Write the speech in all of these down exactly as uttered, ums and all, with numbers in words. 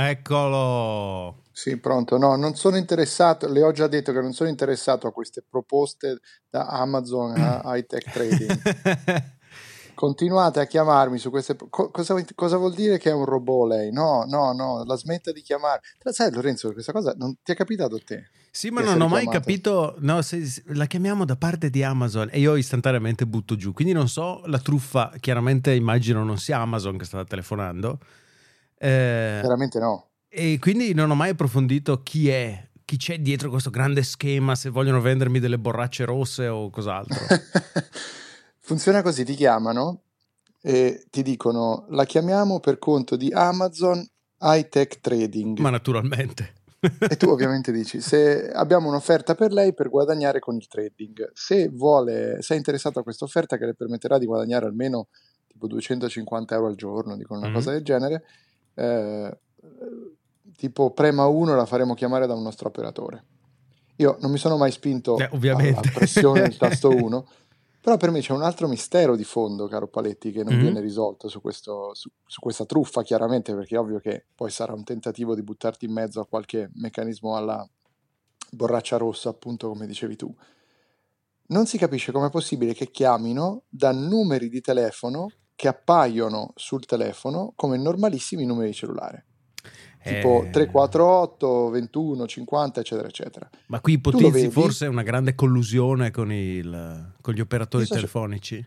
Eccolo. Sì, pronto. No, non sono interessato, le ho già detto che non sono interessato a queste proposte da Amazon a High Tech Trading. Continuate a chiamarmi su queste... Co- cosa, cosa vuol dire che è un robot lei? No, no, no, la smetta di chiamare. Tra- Sai Lorenzo, questa cosa non ti è capitato a te? Sì, ma non ho mai capito, no, se, se la chiamiamo da parte di Amazon e io istantaneamente butto giù, quindi non so, la truffa, chiaramente immagino non sia Amazon che stava telefonando. Eh, Chiaramente no. E quindi non ho mai approfondito chi è, chi c'è dietro questo grande schema, se vogliono vendermi delle borracce rosse o cos'altro. Funziona così, ti chiamano e ti dicono la chiamiamo per conto di Amazon High Tech Trading. Ma naturalmente. E tu ovviamente dici, se abbiamo un'offerta per lei per guadagnare con il trading, se vuole, se è interessato a questa offerta che le permetterà di guadagnare almeno tipo duecentocinquanta euro al giorno, dicono una Mm-hmm. cosa del genere, eh, tipo prema uno la faremo chiamare da un nostro operatore. Io non mi sono mai spinto eh, ovviamente. alla pressione del tasto uno, però per me c'è un altro mistero di fondo, caro Paletti, che non Mm-hmm. viene risolto su, questo, su, su questa truffa, chiaramente, perché è ovvio che poi sarà un tentativo di buttarti in mezzo a qualche meccanismo alla borraccia rossa, appunto come dicevi tu. Non si capisce com'è possibile che chiamino da numeri di telefono che appaiono sul telefono come normalissimi numeri di cellulare. Tipo eh... tre quattro otto, ventuno, cinquanta, eccetera, eccetera. Ma qui ipotizzi forse una grande collusione con, il, con gli operatori so telefonici?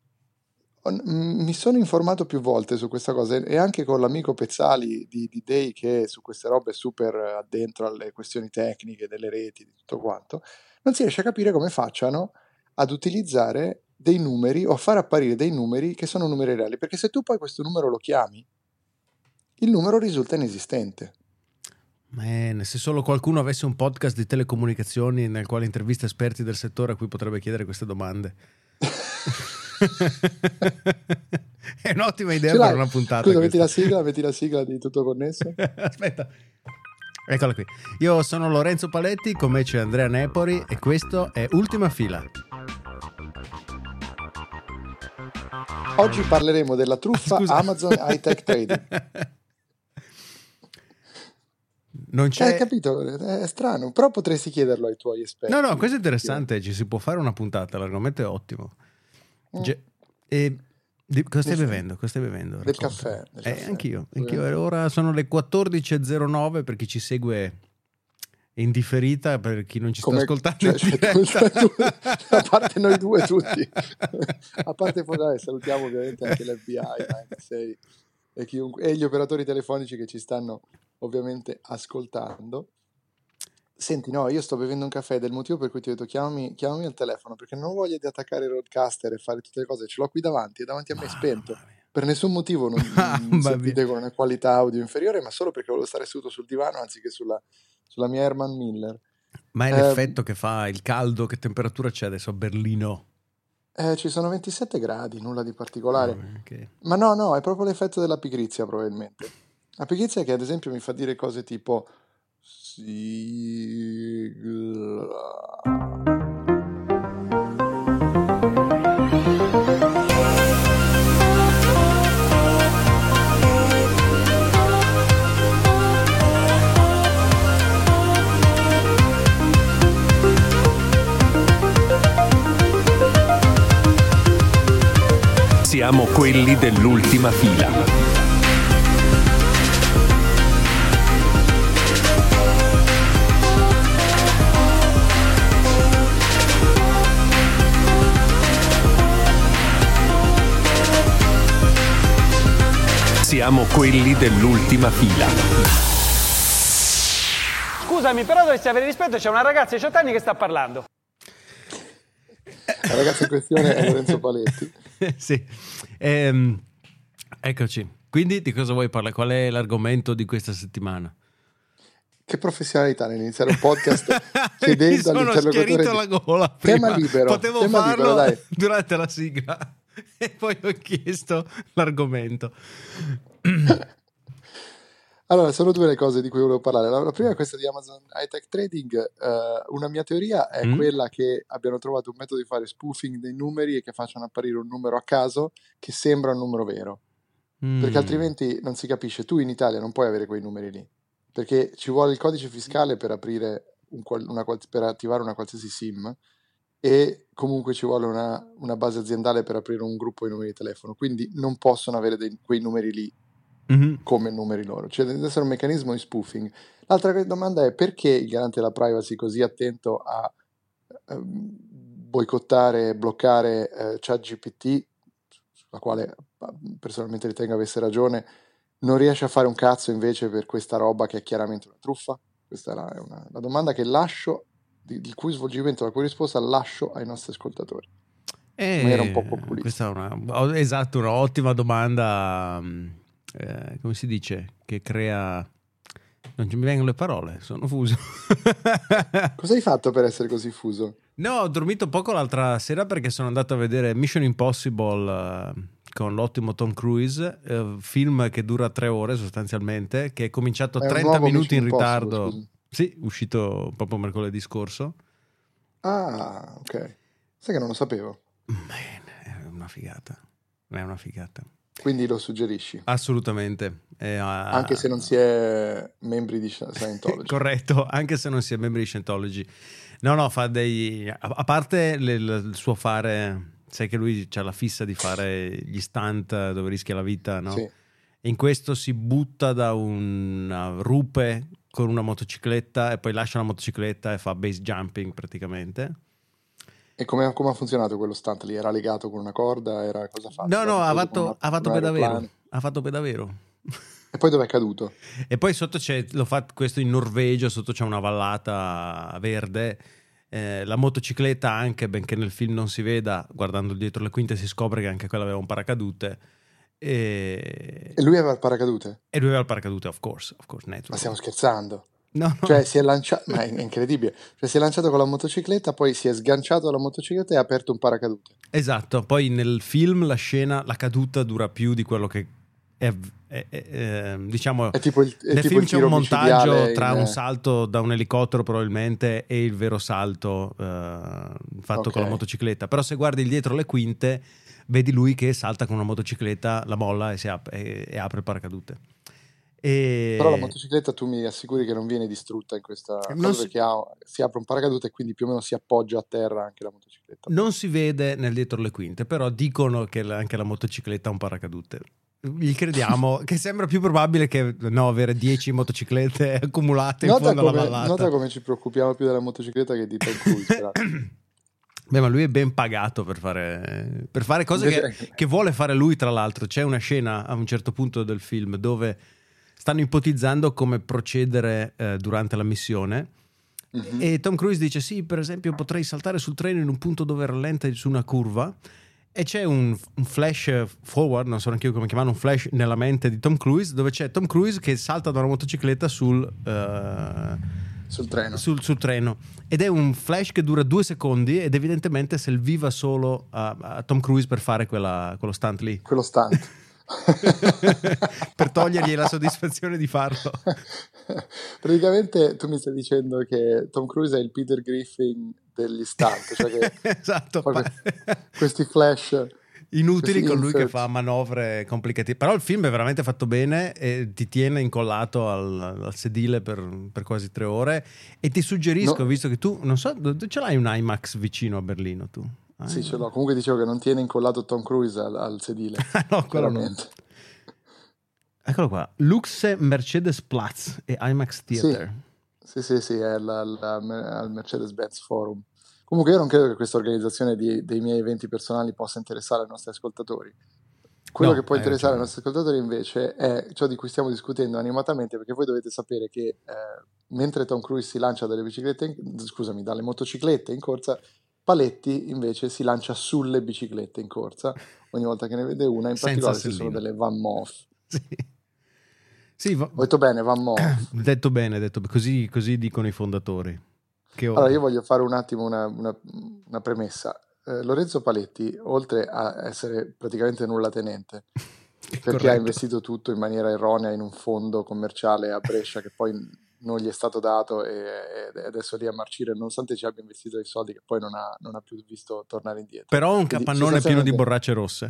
Mi sono informato più volte su questa cosa e anche con l'amico Pezzali di, di Day, che su queste robe è super addentro alle questioni tecniche delle reti, di tutto quanto. Non si riesce a capire come facciano ad utilizzare dei numeri o a far apparire dei numeri che sono numeri reali, perché se tu poi questo numero lo chiami, il numero risulta inesistente. Man, se solo qualcuno avesse un podcast di telecomunicazioni nel quale intervista esperti del settore a cui potrebbe chiedere queste domande. È un'ottima idea per una puntata. Scusa, metti la sigla, metti la sigla di Tutto Connesso. Aspetta. Eccola qui. Io sono Lorenzo Paletti, con me c'è Andrea Nepori e questo è Ultima Fila. Oggi parleremo della truffa Scusa. Amazon High Tech Trading. Non c'è... Hai capito? È strano, però potresti chiederlo ai tuoi esperti. No, no, questo è interessante, ci si può fare una puntata, l'argomento è ottimo. Mm. Ge- e... Di, cosa stai bevendo? Cosa stai bevendo? Del caffè. Del eh, caffè. Anch'io, anch'io. Ora sono le quattordici e zero nove per chi ci segue in differita, per chi non ci sta Come, ascoltando. Cioè, cioè, cioè, tu, a parte noi due tutti, a parte poi salutiamo ovviamente anche l'F B I, N S A e, chiunque, e gli operatori telefonici che ci stanno ovviamente ascoltando. Senti, no, io sto bevendo un caffè, del motivo per cui ti ho detto chiamami, chiamami al telefono, perché non ho voglia di attaccare il roadcaster e fare tutte le cose, ce l'ho qui davanti, è davanti a me spento, per nessun motivo non, non sentite con una qualità audio inferiore, ma solo perché volevo stare seduto sul divano anziché sulla, sulla mia Herman Miller. Ma è eh, l'effetto che fa il caldo, che temperatura c'è adesso a Berlino? Eh, ci sono ventisette gradi, nulla di particolare, oh, okay. Ma no, no, è proprio l'effetto della pigrizia probabilmente. La pigrizia che ad esempio mi fa dire cose tipo... Sigla. Siamo quelli dell'ultima fila. Siamo quelli dell'ultima fila. Scusami, però dovresti avere rispetto, c'è una ragazza di diciotto anni che sta parlando. La ragazza in questione è Lorenzo Paletti. Sì. Ehm, eccoci. Quindi di cosa vuoi parlare? Qual è l'argomento di questa settimana? Che professionalità nell'iniziare un podcast chiedendo all'interlocutore di... la gola prima. Tema libero. Potevo tema farlo libero, dai. durante la sigla. E poi ho chiesto l'argomento. Allora, sono due le cose di cui volevo parlare. La, la prima è questa di Amazon High Tech Trading. Uh, una mia teoria è mm. quella che abbiano trovato un metodo di fare spoofing dei numeri e che facciano apparire un numero a caso che sembra un numero vero. Mm. Perché altrimenti non si capisce. Tu in Italia non puoi avere quei numeri lì, perché ci vuole il codice fiscale per aprire un qual- una, qual- per attivare una qualsiasi SIM, e comunque ci vuole una, una base aziendale per aprire un gruppo di numeri di telefono, quindi non possono avere dei- quei numeri lì Mhm. come numeri loro, cioè deve essere un meccanismo di spoofing. L'altra domanda è: perché il garante della privacy è così attento a ehm, boicottare e bloccare eh, ChatGPT, sulla quale eh, personalmente ritengo avesse ragione, non riesce a fare un cazzo invece per questa roba che è chiaramente una truffa? Questa è la, è una, la domanda che lascio, di, di cui svolgimento, la cui risposta lascio ai nostri ascoltatori. In maniera un po' Eh, populista. questa è una, oh, esatto, un'ottima domanda. mm, eh, come si dice? Che crea. Non mi vengono le parole, sono fuso. Cosa hai fatto per essere così fuso? No, ho dormito poco l'altra sera perché sono andato a vedere Mission Impossible eh, con l'ottimo Tom Cruise, eh, film che dura tre ore sostanzialmente, che è cominciato È un trenta nuovo minuti in Mission Impossible, ritardo. scusa. Sì, uscito proprio mercoledì scorso. Ah, ok. Sai che non lo sapevo. Man, è una figata. È una figata. Quindi lo suggerisci, Assolutamente. Eh, ah, anche se non si è membri di Scientology. Corretto, anche se non si è membri di Scientology. No, no, fa dei... A, a parte le- le- il suo fare... Sai che lui c'ha la fissa di fare gli stunt dove rischia la vita, no? Sì. E in questo si butta da una rupe con una motocicletta e poi lascia la motocicletta e fa base jumping praticamente. E come, come ha funzionato quello stunt lì? Era legato con una corda? Era cosa ha fatto? No, no, L'ha ha preso con fatto, una- ha fatto un per davvero. aeroplano? Ha fatto per davvero. E poi dove è caduto? E poi sotto c'è, l'ho fatto questo in Norvegia, sotto c'è una vallata verde, eh, la motocicletta anche, benché nel film non si veda, guardando dietro le quinte si scopre che anche quella aveva un paracadute e, E lui aveva il paracadute? e lui aveva il paracadute, of course, of course, naturally. Ma stiamo scherzando? No, no. Cioè si è lanciato, ma è incredibile, cioè si è lanciato con la motocicletta, poi si è sganciato dalla motocicletta e ha aperto un paracadute. Esatto, poi nel film la scena, la caduta dura più di quello che è, è- è- è- diciamo... È tipo il, è Nel tipo film il c'è tiro un montaggio micidiale tra in- un salto da un elicottero probabilmente e il vero salto eh, fatto Ok. con la motocicletta, però se guardi dietro le quinte vedi lui che salta con una motocicletta, la molla e, si ap- e- e apre il paracadute. E... Però la motocicletta tu mi assicuri che non viene distrutta in questa Non cosa, si- perché ha- si apre un paracadute e quindi più o meno si appoggia a terra anche la motocicletta. Non si vede nel dietro le quinte, però dicono che la- anche la motocicletta ha un paracadute. Gli crediamo, che sembra più probabile che no, avere dieci motociclette accumulate in Nota fondo alla come, vallata. nota come ci preoccupiamo più della motocicletta che di Tom Cruise, peraltro. Beh, ma lui è ben pagato per fare, per fare cose che, Invece- che vuole fare lui, tra l'altro. C'è una scena a un certo punto del film dove stanno ipotizzando come procedere eh, durante la missione. Mhm. E Tom Cruise dice: sì, per esempio potrei saltare sul treno in un punto dove rallenta su una curva, e c'è un, un flash forward, non so neanche io come chiamarlo, un flash nella mente di Tom Cruise, dove c'è Tom Cruise che salta da una motocicletta sul, eh, Sul treno. sul, sul treno, ed è un flash che dura due secondi ed evidentemente serviva solo a, a Tom Cruise per fare quella, quello stunt lì. Quello stunt. Per togliergli la soddisfazione di farlo. Praticamente tu mi stai dicendo che Tom Cruise è il Peter Griffin degli stunt, cioè che Esatto, fa pa- que- questi flash inutili questi con lui che insert. fa manovre complicate. Però il film è veramente fatto bene e ti tiene incollato al, al sedile per, per quasi tre ore. E ti suggerisco, No. visto che tu non so, dove ce l'hai un IMAX vicino a Berlino tu? Ah, Sì, ce l'ho. Comunque dicevo che non tiene incollato Tom Cruise al, al sedile. no, quello no. Veramente. Eccolo qua, Luxe Mercedes-Platz e IMAX Theater. Sì, sì, sì, è la- la- al Mercedes-Benz Forum. Comunque io non credo che questa organizzazione di- dei miei eventi personali possa interessare ai nostri ascoltatori. Quello No, che può hai interessare ai ragione. nostri ascoltatori invece è ciò di cui stiamo discutendo animatamente, perché voi dovete sapere che eh, mentre Tom Cruise si lancia dalle biciclette, in- scusami, dalle motociclette in corsa, Paletti invece si lancia sulle biciclette in corsa ogni volta che ne vede una, in Senza particolare se sono sellino. delle Van Moof. Sì, sì va- Ho detto bene, Van Moof. detto bene, detto be- così, così dicono i fondatori. Che ho- Allora io voglio fare un attimo una, una- una premessa. Eh, Lorenzo Paletti, oltre a essere praticamente nullatenente, perché Corretto. ha investito tutto in maniera erronea in un fondo commerciale a Brescia che poi non gli è stato dato e, e adesso è lì a marcire, nonostante ci abbia investito dei soldi che poi non ha, non ha più visto tornare indietro. Però ha un Quindi, capannone pieno di sostanzialmente- borracce rosse.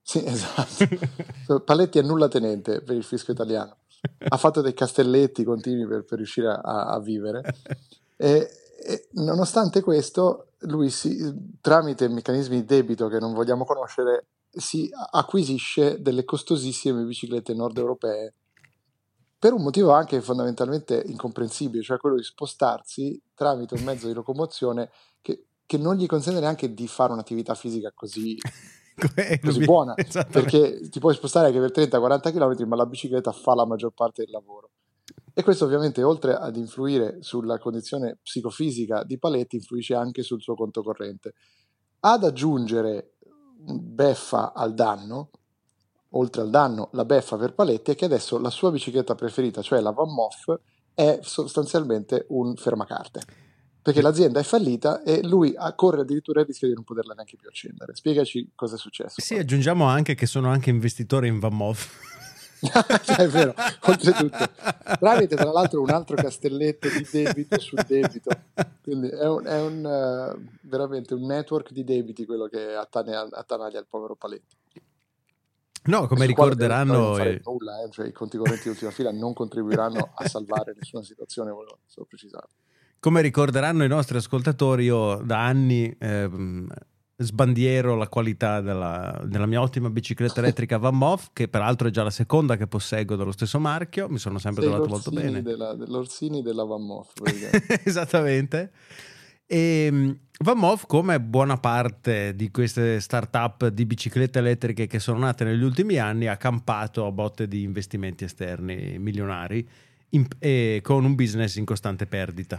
Sì, esatto. Paletti è nulla tenente per il fisco italiano. Ha fatto dei castelletti continui per, per riuscire a, a vivere. E, e nonostante questo, lui si, tramite meccanismi di debito che non vogliamo conoscere, si acquisisce delle costosissime biciclette nord europee per un motivo anche fondamentalmente incomprensibile, cioè quello di spostarsi tramite un mezzo di locomozione che, che non gli consente neanche di fare un'attività fisica così, così buona, perché ti puoi spostare anche per trenta quaranta chilometri, ma la bicicletta fa la maggior parte del lavoro. E questo ovviamente, oltre ad influire sulla condizione psicofisica di Paletti, influisce anche sul suo conto corrente. Ad aggiungere beffa al danno, oltre al danno, la beffa per Paletti è che adesso la sua bicicletta preferita, cioè la Van Moff, è sostanzialmente un fermacarte, perché l'azienda è fallita e lui corre addirittura il rischio di non poterla neanche più accendere. Spiegaci cosa è successo. Sì, aggiungiamo anche che sono anche investitore in Van Moff. È vero, oltretutto tramite tra l'altro un altro castelletto di debito sul debito, quindi è un, è un uh, veramente un network di debiti quello che attanaglia, attanaglia il povero Paletti. No, come ricorderanno non fare nulla, eh? Cioè, i conti correnti di ultima fila non contribuiranno a salvare nessuna situazione, volevo solo precisare. Come ricorderanno i nostri ascoltatori, io da anni ehm, sbandiero la qualità della, della mia ottima bicicletta elettrica Van Moff, che peraltro è già la seconda che posseggo dello stesso marchio. Mi sono sempre Sei trovato molto bene. Della, dell'Orsini della Van Moff. Esattamente. E Van Moff, come buona parte di queste start-up di biciclette elettriche che sono nate negli ultimi anni, ha campato a botte di investimenti esterni milionari in, e con un business in costante perdita.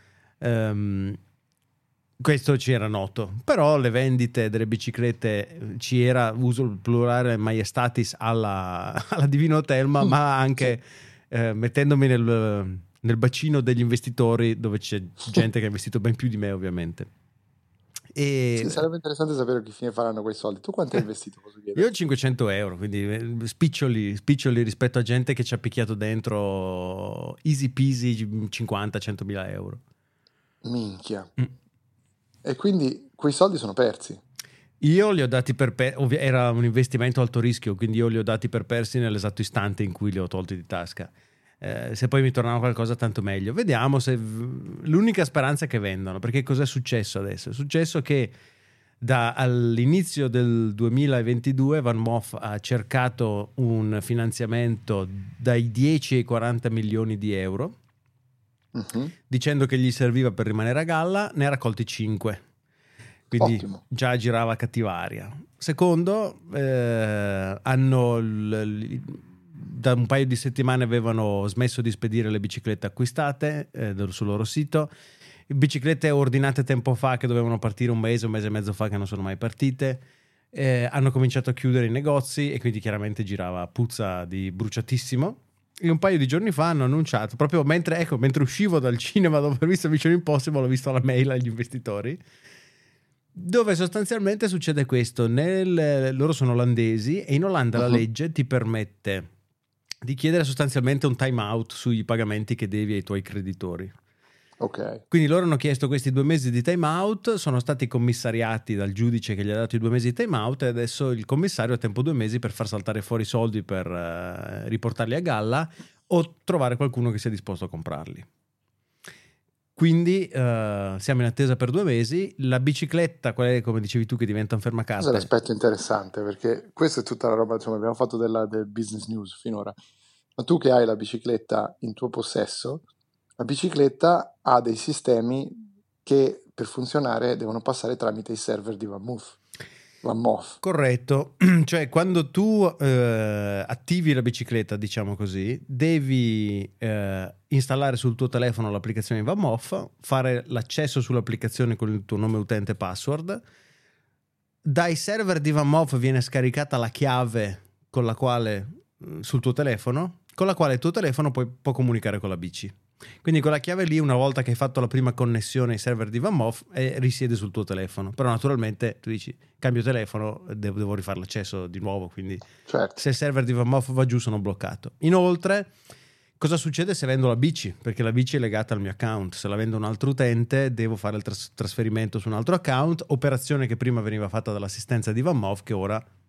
Um, questo ci era noto, però le vendite delle biciclette ci era, uso il plurale maiestatis alla, alla Divino Telma, mm, ma anche sì. eh, mettendomi nel, nel bacino degli investitori, dove c'è gente che ha investito ben più di me, ovviamente. E sì, sarebbe interessante sapere che fine faranno quei soldi. Tu quanto hai investito? Posso chiedere? Io cinquecento euro, quindi spiccioli, spiccioli rispetto a gente che ci ha picchiato dentro easy peasy cinquanta centomila euro. Minchia. Mm. E quindi quei soldi sono persi? Io li ho dati per persi, era un investimento alto rischio, quindi io li ho dati per persi nell'esatto istante in cui li ho tolti di tasca. Eh, se poi mi tornava qualcosa tanto meglio. Vediamo se l'unica speranza è che vendano, perché cos'è successo adesso? È successo che da, all'inizio del duemilaventidue Van Moff ha cercato un finanziamento dai dieci ai quaranta milioni di euro, uh-huh. dicendo che gli serviva per rimanere a galla. Ne ha raccolti cinque, quindi ottimo. Già girava cattivaria. Secondo, eh, hanno l, da un paio di settimane avevano smesso di spedire le biciclette acquistate eh, sul loro sito, biciclette ordinate tempo fa che dovevano partire un mese, un mese e mezzo fa, che non sono mai partite. Eh, hanno cominciato a chiudere i negozi e quindi chiaramente girava puzza di bruciatissimo. E un paio di giorni fa hanno annunciato, proprio mentre, ecco, mentre uscivo dal cinema dopo aver visto Mission Impossible, ho visto la mail agli investitori, dove sostanzialmente succede questo. Nel, loro sono olandesi e in Olanda uh-huh. la legge ti permette di chiedere sostanzialmente un time out sui pagamenti che devi ai tuoi creditori. Okay. Quindi loro hanno chiesto questi due mesi di time out, sono stati commissariati dal giudice che gli ha dato i due mesi di time out, e adesso il commissario ha tempo due mesi per far saltare fuori i soldi per uh, riportarli a galla o trovare qualcuno che sia disposto a comprarli. Quindi uh, siamo in attesa per due mesi. La bicicletta, qual è, come dicevi tu, che diventa un fermacarte? Questo è l'aspetto interessante, perché questa è tutta la roba, insomma, abbiamo fatto della, del business news finora, ma tu che hai la bicicletta in tuo possesso, la bicicletta ha dei sistemi che per funzionare devono passare tramite i server di Van Moff. Van Moff. Corretto, cioè quando tu eh, attivi la bicicletta, diciamo così, devi eh, installare sul tuo telefono l'applicazione Van Moff, fare l'accesso sull'applicazione con il tuo nome utente e password. Dai server di Van Moff viene scaricata la chiave con la quale sul tuo telefono, con la quale il tuo telefono poi può comunicare con la bici. Quindi quella chiave lì, una volta che hai fatto la prima connessione ai server di Van Moff, eh, risiede sul tuo telefono. Però naturalmente tu dici cambio telefono, devo, devo rifare l'accesso di nuovo, quindi certo. Se il server di Van Moff va giù sono bloccato. Inoltre, cosa succede se vendo la bici? Perché la bici è legata al mio account. Se la vendo un altro utente devo fare il tras- trasferimento su un altro account, operazione che prima veniva fatta dall'assistenza di Van Moff, che ora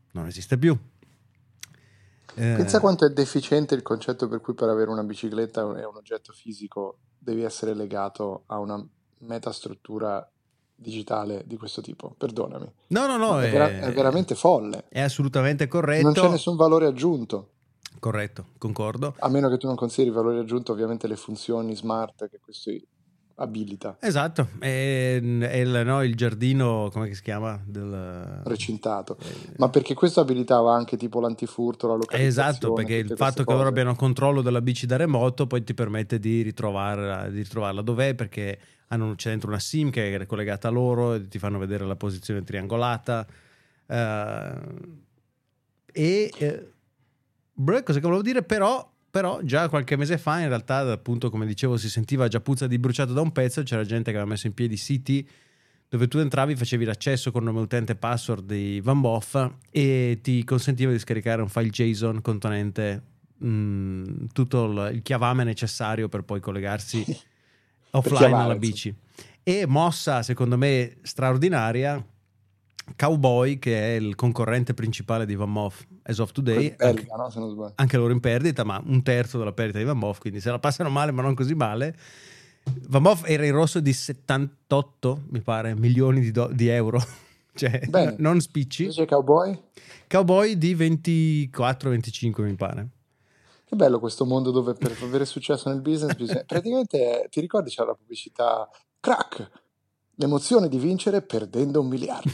non esiste più. Eh, Pensa quanto è deficiente il concetto per cui per avere una bicicletta e un oggetto fisico devi essere legato a una metastruttura digitale di questo tipo. Perdonami. no, no, no, È, è, vera- è veramente folle. è assolutamente corretto. Non c'è nessun valore aggiunto. Corretto, concordo. A meno che tu non consideri valore aggiunto ovviamente le funzioni smart che questo abilita. Esatto, è, è il, no, il giardino, come si chiama? Del... Recintato. Ma perché questo abilitava anche tipo l'antifurto, la localizzazione. Esatto, perché il fatto che loro abbiano controllo della bici da remoto poi ti permette di ritrovarla, di ritrovarla dov'è, perché hanno, c'è dentro una SIM che è collegata a loro e ti fanno vedere la posizione triangolata. Uh, e eh, beh, cosa che volevo dire, però però già qualche mese fa in realtà, appunto, come dicevo, si sentiva già puzza di bruciato da un pezzo. C'era gente che aveva messo in piedi siti dove tu entravi, facevi l'accesso con nome utente e password di Van Boff e ti consentiva di scaricare un file JSON contenente mh, tutto il, il chiavame necessario per poi collegarsi offline chiamare, alla bici. E mossa secondo me straordinaria, Cowboy, che è il concorrente principale di Van Moff as of today, belga, anche, no? Se non sbaglio. Anche loro in perdita, ma un terzo della perdita di Van Moff, quindi se la passano male ma non così male. Van Moff era in rosso di settantotto, mi pare, milioni di, do- di euro, cioè n- non spicci. Invece Cowboy? Cowboy di ventiquattro venticinque, mi pare. Che bello questo mondo dove per avere successo nel business bisogna... praticamente, ti ricordi c'era la pubblicità crack, l'emozione di vincere perdendo un miliardo.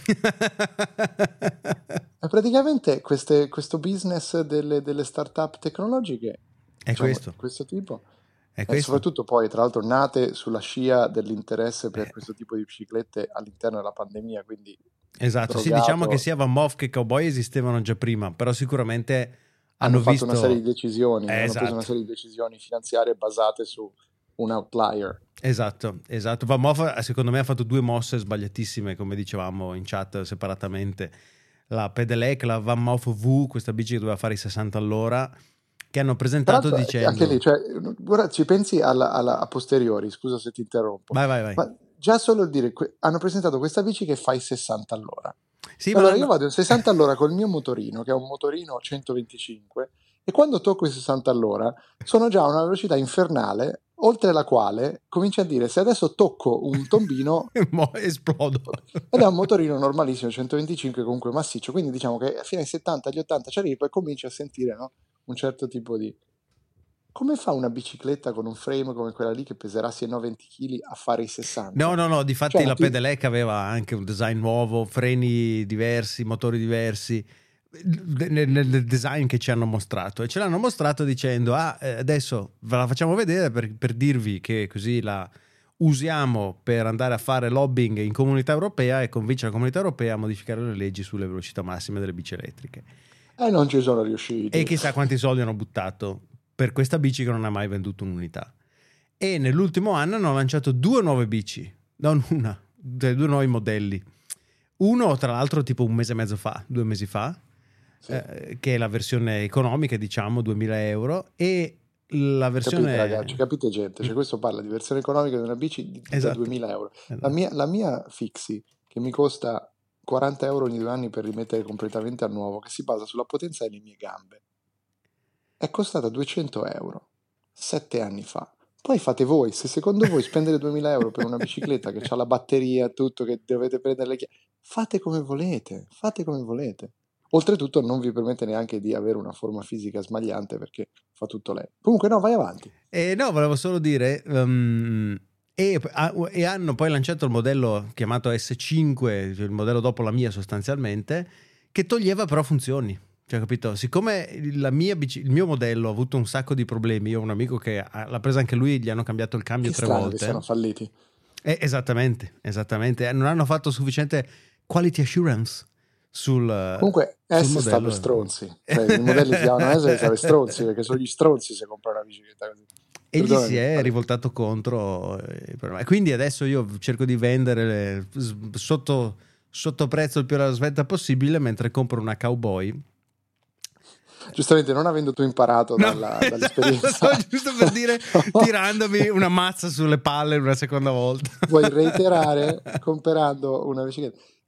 E praticamente queste, questo business delle, delle start-up tecnologiche è diciamo, questo questo tipo è e questo. soprattutto poi tra l'altro nate sulla scia dell'interesse per eh. questo tipo di biciclette all'interno della pandemia, quindi esatto, drogato. Sì, diciamo che sia Van Moff che Cowboy esistevano già prima, però sicuramente hanno, hanno fatto visto una serie di decisioni, eh, hanno esatto. preso una serie di decisioni finanziarie basate su un outlier. Esatto, esatto. Van Moff secondo me ha fatto due mosse sbagliatissime, come dicevamo in chat separatamente. La Pedelec, la Van Moff V, questa bici che doveva fare i sessanta all'ora, che hanno presentato dicendo... Anche lì, cioè, ora ci pensi alla, alla, a posteriori, scusa se ti interrompo. Vai, vai, vai. Ma già solo il dire, hanno presentato questa bici che fa i sessanta all'ora. Sì, allora ma io vado in sessanta all'ora col mio motorino, che è un motorino centoventicinque, e quando tocco i sessanta all'ora sono già a una velocità infernale, oltre la quale cominci a dire se adesso tocco un tombino esplodo. Ed è un motorino normalissimo, centoventicinque, comunque massiccio, quindi diciamo che fino ai settanta, agli ottanta ci arrivi, poi cominci a sentire, no? Un certo tipo di... Come fa una bicicletta con un frame come quella lì che peserà sì e no venti chili a fare i sessanta? No, no, no, difatti cioè, la ti... Pedelec aveva anche un design nuovo, freni diversi, motori diversi, nel, nel design che ci hanno mostrato, e ce l'hanno mostrato dicendo ah, adesso ve la facciamo vedere per, per dirvi che così la usiamo per andare a fare lobbying in comunità europea e convincere la comunità europea a modificare le leggi sulle velocità massime delle bici elettriche. E non ci sono riusciti. E chissà quanti soldi hanno buttato per questa bici che non ha mai venduto un'unità. E nell'ultimo anno hanno lanciato due nuove bici, non una, due nuovi modelli. Uno tra l'altro tipo un mese e mezzo fa, due mesi fa, sì. eh, che è la versione economica, diciamo duemila euro, e la versione... Capite ragazzi, capite gente, cioè questo parla di versione economica di una bici di esatto. duemila euro. Esatto. La mia, la mia Fixie, che mi costa quaranta euro ogni due anni per rimettere completamente a nuovo, che si basa sulla potenza delle mie gambe, è costata duecento euro sette anni fa. Poi fate voi, se secondo voi spendere duemila euro per una bicicletta che ha la batteria, tutto, che dovete prendere le chiavi, fate come volete, fate come volete. Oltretutto non vi permette neanche di avere una forma fisica smagliante perché fa tutto lei. Comunque no, vai avanti. Eh, no, volevo solo dire... Um, e, e hanno poi lanciato il modello chiamato S cinque, cioè il modello dopo la mia sostanzialmente, che toglieva però funzioni. Cioè, capito? Siccome la mia bici, il mio modello ha avuto un sacco di problemi, io ho un amico che ha, l'ha presa anche lui, gli hanno cambiato il cambio che tre strano volte. Che sono falliti. Eh, esattamente, esattamente. Non hanno fatto sufficiente quality assurance sul Comunque sul S modello. sta per stronzi. Cioè, i modelli si chiamano S sta per stronzi perché sono gli stronzi se comprano una bicicletta così. E gli Perdonami, si è vale. rivoltato contro. E quindi adesso io cerco di vendere sotto, sotto prezzo il più alla svelta possibile, mentre compro una Cowboy. Giustamente, non avendo tu imparato No, dalla, esatto, dall'esperienza, giusto per dire, tirandomi una mazza sulle palle una seconda volta. Vuoi reiterare comprando una bicicletta.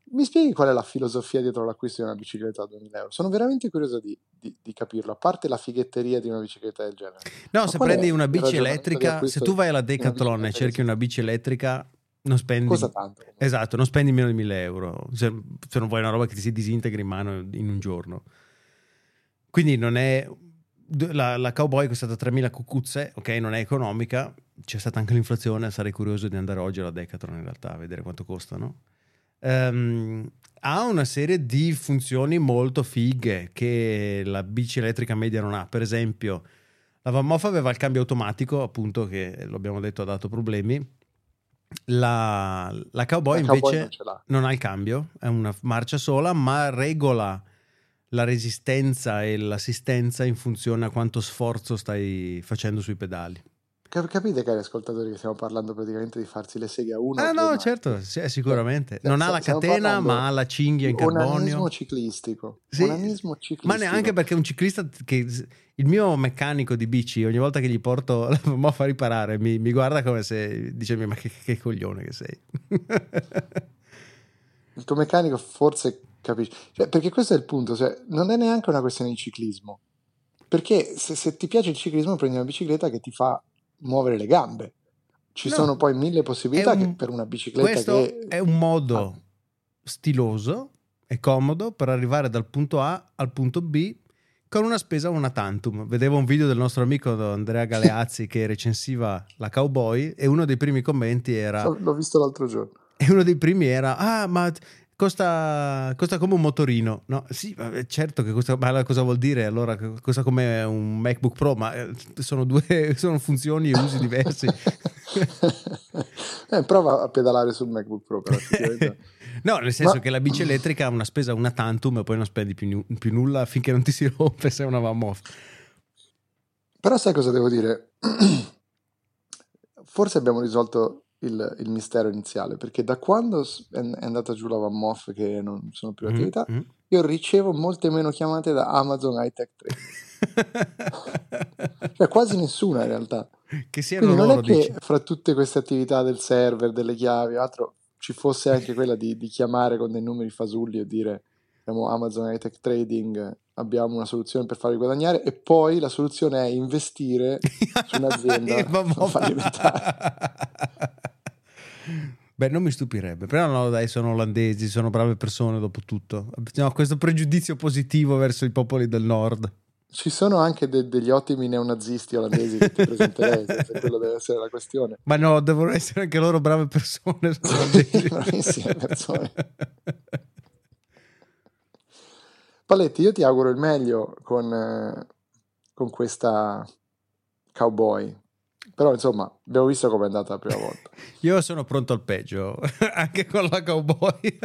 Mi spieghi qual è la filosofia dietro l'acquisto di una bicicletta a duemila euro? Sono veramente curioso di, di, di capirlo, a parte la fighetteria di una bicicletta del genere. No, Ma se qual è prendi una il bici ragionamento di elettrica, se acquisto tu vai alla di una Decathlon e bicicletta cerchi così? una bici elettrica, non spendi... Costa tanto. Esatto, non spendi meno di mille euro, se, se non vuoi una roba che ti si disintegri in mano in un giorno. Quindi non è... La, la Cowboy è costata tremila cucuzze, ok, non è economica, c'è stata anche l'inflazione, sarei curioso di andare oggi alla Decathlon in realtà a vedere quanto costano. Um, ha una serie di funzioni molto fighe che la bici elettrica media non ha. Per esempio, la Van Moff aveva il cambio automatico, appunto, che lo abbiamo detto ha dato problemi. La, la Cowboy La Cowboy invece non ce l'ha. non ha il cambio, è una marcia sola, ma regola la resistenza e l'assistenza in funzione a quanto sforzo stai facendo sui pedali. Cap- Capite, cari ascoltatori, che stiamo parlando praticamente di farsi le seghe a una Ah o due no, maniche. certo, sì, sicuramente. Cioè, Non ha sta- la stiamo catena, parlando ma ha la cinghia di in carbonio. onanismo ciclistico. Sì, Onanismo ma ciclistico. neanche perché un ciclista che il mio meccanico di bici ogni volta che gli porto la Van a riparare mi, mi guarda come se dice ma che, che coglione che sei. Il tuo meccanico forse capisce, cioè, perché questo è il punto, cioè, non è neanche una questione di ciclismo, perché se, se ti piace il ciclismo prendi una bicicletta che ti fa muovere le gambe. Ci No, sono poi mille possibilità un, che per una bicicletta questo che è un modo stiloso e comodo per arrivare dal punto A al punto B con una spesa una tantum. Vedevo un video del nostro amico Andrea Galeazzi che recensiva la Cowboy e uno dei primi commenti era l'ho visto l'altro giorno e uno dei primi era ah ma costa, costa come un motorino. No, sì, certo che costa, ma cosa vuol dire? Allora costa come un MacBook Pro, ma sono due sono funzioni e usi diversi. eh, prova a pedalare sul MacBook Pro, però effettivamente. No, nel senso Ma... che la bici elettrica ha una spesa una tantum e poi non spendi più, più nulla finché non ti si rompe se è una Van Moff. Però sai cosa devo dire? Forse abbiamo risolto il, il mistero iniziale, perché da quando è, è andata giù la Van Moff, che non sono più attività, mm-hmm. io ricevo molte meno chiamate da Amazon High Tech Trading. Cioè quasi nessuna in realtà. Che siano Quindi non loro, è che dici? fra tutte queste attività del server, delle chiavi, altro, ci fosse anche quella di, di chiamare con dei numeri fasulli e dire abbiamo Amazon High Tech Trading, abbiamo una soluzione per farvi guadagnare, e poi la soluzione è investire su un'azienda fallimentare. Beh, non mi stupirebbe, però no, dai, sono olandesi, sono brave persone dopo tutto. No, questo pregiudizio positivo verso i popoli del nord. Ci sono anche de- degli ottimi neonazisti olandesi che ti presenterei, se quello deve essere la questione. Ma no, devono essere anche loro brave persone. Sì, bravissime persone. Paletti, io ti auguro il meglio con, eh, con questa Cowboy. Però insomma, abbiamo visto com'è andata la prima volta. Io sono pronto al peggio, anche con la Cowboy.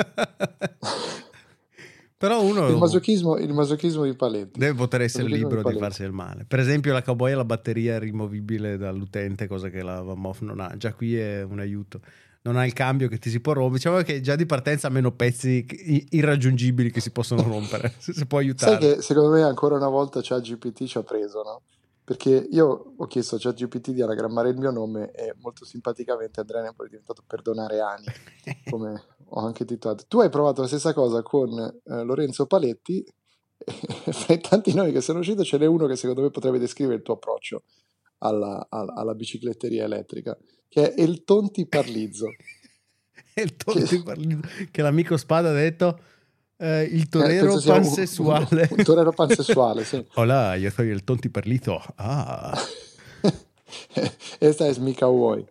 Però uno il masochismo, il masochismo di Paletti deve poter essere libero di, di farsi il male. Per esempio la Cowboy ha la batteria rimovibile dall'utente, cosa che la Van Moff non ha. Già qui è un aiuto. Non ha il cambio che ti si può rompere. Diciamo che già di partenza ha meno pezzi irraggiungibili che si possono rompere. Se può aiutare. Sai che secondo me ancora una volta ChatGPT ci ha preso, no? Perché io ho chiesto a ChatGPT di anagrammare il mio nome e molto simpaticamente Andrea Napoli è diventato Perdonare Ani, come ho anche titolato. Tu hai provato la stessa cosa con eh, Lorenzo Paletti e fra i tanti nomi che sono usciti ce n'è uno che secondo me potrebbe descrivere il tuo approccio alla, alla, alla bicicletteria elettrica, che è il Tonti Parlizzo. Il Tonti che... Parlizzo, che l'amico Spada ha detto... Eh, il torero eh, pansessuale. Un, un, un torero pansessuale, sì. Hola, io sono il Tonti Perlito. Ah. Esta es mi cowboy.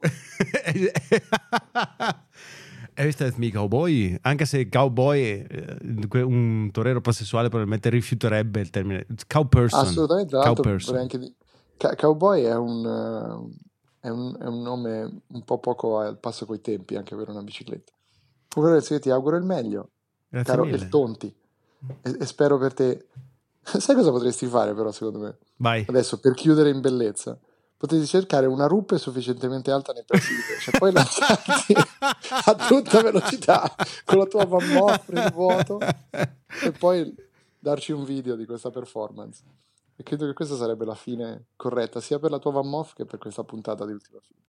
Questa è mi cowboy. Anche se cowboy, un torero pansessuale probabilmente rifiuterebbe il termine cow person. Assolutamente, tra l'altro anche di... cowboy è un, uh, è, un, è un nome un po' poco al passo coi tempi anche per una bicicletta. Comunque io ti auguro il meglio. Grazie Caro mille. il Tonti, e, e spero per te. Sai cosa potresti fare però secondo me? Vai. Adesso per chiudere in bellezza potresti cercare una rupe sufficientemente alta nei pressi di te, cioè poi lanciarti a tutta velocità con la tua Van Moff nel vuoto e poi darci un video di questa performance, e credo che questa sarebbe la fine corretta sia per la tua Van Moff che per questa puntata di Ultima Fila.